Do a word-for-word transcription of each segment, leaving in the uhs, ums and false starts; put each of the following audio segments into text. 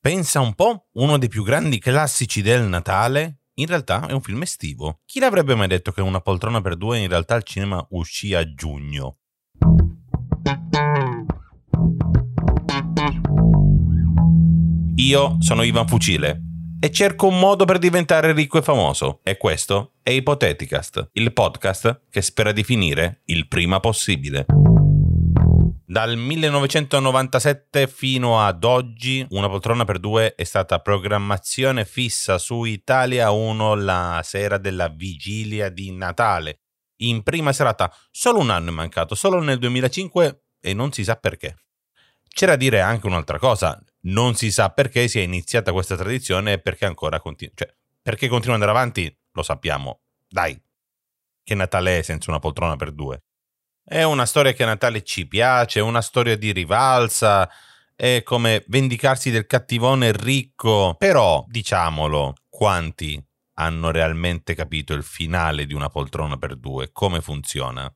Pensa un po', uno dei più grandi classici del Natale, in realtà è un film estivo. Chi l'avrebbe mai detto che Una poltrona per due in realtà al cinema uscì a giugno? Io sono Ivan Fucile e cerco un modo per diventare ricco e famoso, e questo è Ipoteticast, il podcast che spera di finire il prima possibile. Dal millenovecentonovantasette fino ad oggi, Una poltrona per due è stata programmazione fissa su Italia uno la sera della vigilia di Natale. In prima serata solo un anno è mancato, solo nel duemilacinque, e non si sa perché. C'era da dire anche un'altra cosa, non si sa perché sia iniziata questa tradizione e perché ancora continua, cioè perché continua ad andare avanti, lo sappiamo. Dai, che Natale è senza Una poltrona per due? È una storia che a Natale ci piace, è una storia di rivalsa, è come vendicarsi del cattivone ricco. Però, diciamolo, quanti hanno realmente capito il finale di Una poltrona per due, come funziona?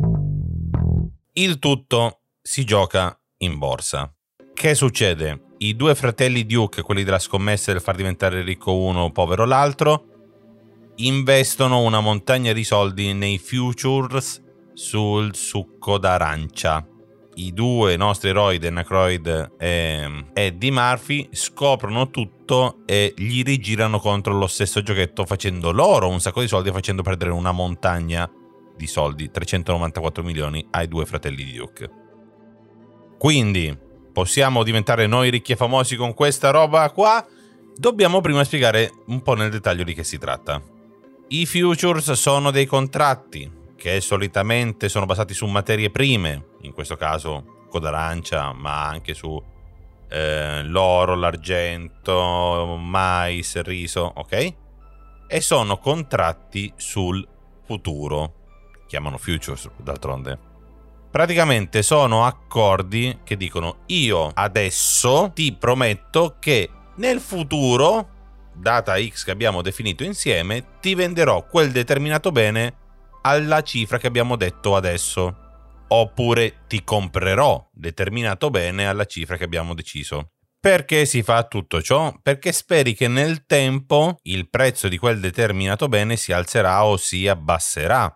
Il tutto si gioca in borsa. Che succede? I due fratelli Duke, quelli della scommessa del far diventare ricco uno, povero l'altro, investono una montagna di soldi nei futures sul succo d'arancia. I due nostri eroi, Dan Aykroyd e Eddie Murphy, scoprono tutto e gli rigirano contro lo stesso giochetto, facendo loro un sacco di soldi e facendo perdere una montagna di soldi, trecentonovantaquattro milioni, ai due fratelli di Duke. Quindi, possiamo diventare noi ricchi e famosi con questa roba qua? Dobbiamo prima spiegare un po' nel dettaglio di che si tratta. I futures sono dei contratti che solitamente sono basati su materie prime, in questo caso succo d'arancia, ma anche su eh, l'oro, l'argento, mais, riso, ok? E sono contratti sul futuro, chiamano futures d'altronde. Praticamente sono accordi che dicono: io adesso ti prometto che nel futuro, data X che abbiamo definito insieme, ti venderò quel determinato bene alla cifra che abbiamo detto adesso, oppure ti comprerò determinato bene alla cifra che abbiamo deciso. Perché si fa tutto ciò? Perché speri che nel tempo il prezzo di quel determinato bene si alzerà o si abbasserà.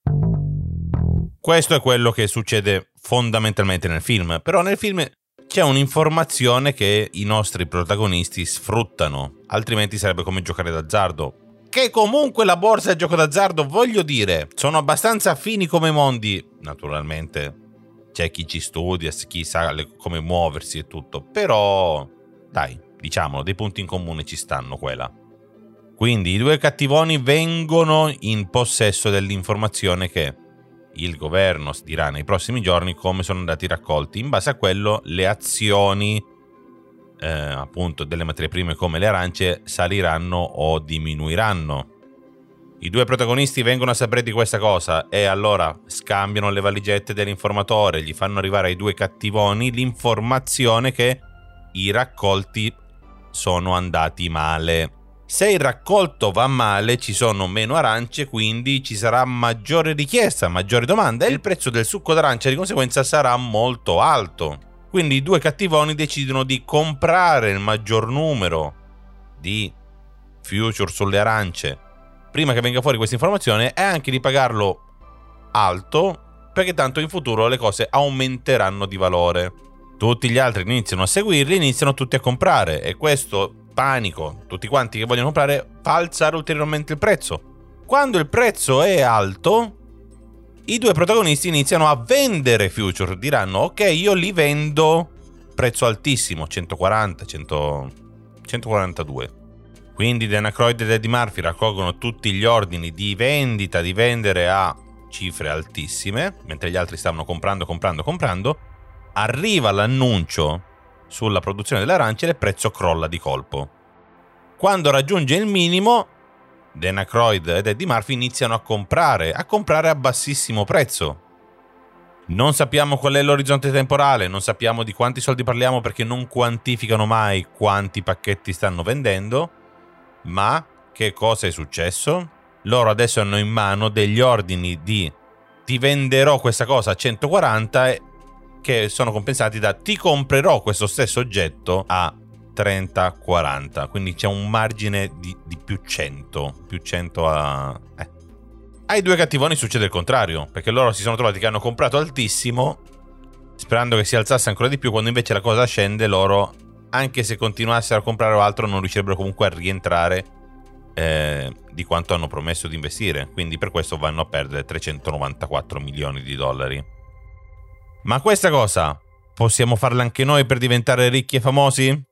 Questo è quello che succede fondamentalmente nel film, però nel film c'è un'informazione che i nostri protagonisti sfruttano, altrimenti sarebbe come giocare d'azzardo. Che comunque la borsa e il gioco d'azzardo, voglio dire, sono abbastanza affini come mondi. Naturalmente c'è chi ci studia, chi sa le, come muoversi e tutto, però dai, diciamolo, dei punti in comune ci stanno quella. Quindi i due cattivoni vengono in possesso dell'informazione che il governo dirà nei prossimi giorni come sono andati raccolti. In base a quello le azioni Eh, appunto delle materie prime come le arance saliranno o diminuiranno. I due protagonisti vengono a sapere di questa cosa e allora scambiano le valigette dell'informatore, gli fanno arrivare ai due cattivoni l'informazione che i raccolti sono andati male. Se il raccolto va male ci sono meno arance, quindi ci sarà maggiore richiesta, maggiore domanda e il prezzo del succo d'arancia di conseguenza sarà molto alto. Quindi i due cattivoni decidono di comprare il maggior numero di future sulle arance prima che venga fuori questa informazione e anche di pagarlo alto, perché tanto in futuro le cose aumenteranno di valore. Tutti gli altri iniziano a seguirli, iniziano tutti a comprare e questo panico, tutti quanti che vogliono comprare, fa alzare ulteriormente il prezzo. Quando il prezzo è alto, i due protagonisti iniziano a vendere future, diranno ok, io li vendo prezzo altissimo, centoquaranta, cento, centoquarantadue. Quindi Dan Aykroyd ed Eddie Murphy raccolgono tutti gli ordini di vendita, di vendere a cifre altissime, mentre gli altri stavano comprando, comprando, comprando. Arriva l'annuncio sulla produzione delle arance e il prezzo crolla di colpo. Quando raggiunge il minimo, Dan Aykroyd ed Eddie Murphy iniziano a comprare, a comprare a bassissimo prezzo. Non sappiamo qual è l'orizzonte temporale, non sappiamo di quanti soldi parliamo perché non quantificano mai quanti pacchetti stanno vendendo, ma che cosa è successo? Loro adesso hanno in mano degli ordini di ti venderò questa cosa a centoquaranta che sono compensati da ti comprerò questo stesso oggetto a trenta quaranta, quindi c'è un margine di, di più cento, più cento a... Eh. Ai due cattivoni succede il contrario, perché loro si sono trovati che hanno comprato altissimo, sperando che si alzasse ancora di più, quando invece la cosa scende, loro, anche se continuassero a comprare altro, non riuscirebbero comunque a rientrare eh, di quanto hanno promesso di investire, quindi per questo vanno a perdere trecentonovantaquattro milioni di dollari. Ma questa cosa possiamo farla anche noi per diventare ricchi e famosi?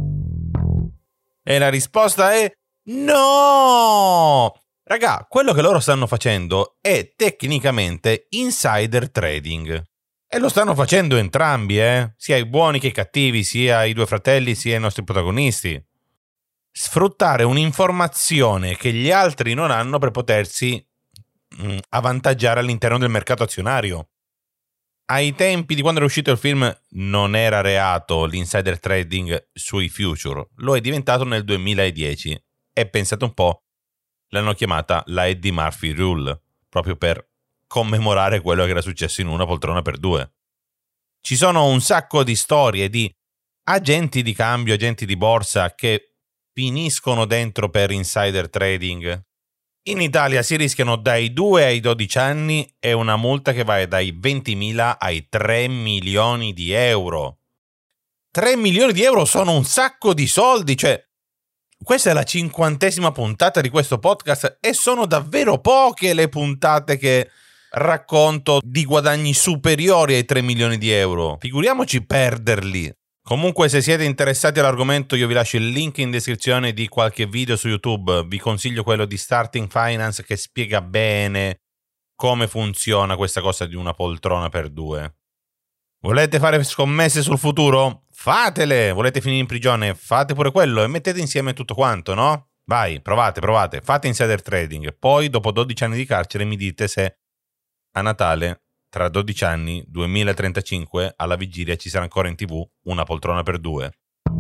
E la risposta è no! Raga, quello che loro stanno facendo è tecnicamente insider trading. E lo stanno facendo entrambi, eh? Sia i buoni che i cattivi, sia i due fratelli, sia i nostri protagonisti. Sfruttare un'informazione che gli altri non hanno per potersi mh, avvantaggiare all'interno del mercato azionario. Ai tempi di quando era uscito il film non era reato l'insider trading sui future, lo è diventato nel duemiladieci e pensate un po', l'hanno chiamata la Eddie Murphy Rule, proprio per commemorare quello che era successo in Una poltrona per due. Ci sono un sacco di storie di agenti di cambio, agenti di borsa che finiscono dentro per insider trading. In Italia si rischiano dai due ai dodici anni e una multa che va dai ventimila ai tre milioni di euro. tre milioni di euro sono un sacco di soldi, cioè questa è la cinquantesima puntata di questo podcast e sono davvero poche le puntate che racconto di guadagni superiori ai tre milioni di euro. Figuriamoci perderli. Comunque, se siete interessati all'argomento, io vi lascio il link in descrizione di qualche video su YouTube. Vi consiglio quello di Starting Finance che spiega bene come funziona questa cosa di una poltrona per due. Volete fare scommesse sul futuro? Fatele! Volete finire in prigione? Fate pure quello e mettete insieme tutto quanto, no? Vai, provate, provate, fate insider trading. Poi, dopo dodici anni di carcere, mi dite se a Natale, tra dodici anni, duemilatrentacinque, alla vigilia ci sarà ancora in tv Una poltrona per due.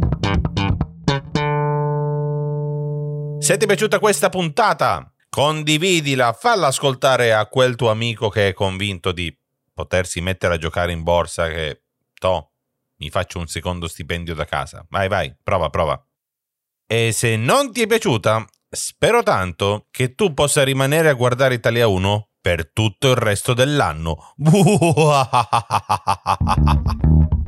Se ti è piaciuta questa puntata, condividila, falla ascoltare a quel tuo amico che è convinto di potersi mettere a giocare in borsa, che, toh, mi faccio un secondo stipendio da casa. Vai, vai, prova, prova. E se non ti è piaciuta, spero tanto che tu possa rimanere a guardare Italia uno per tutto il resto dell'anno.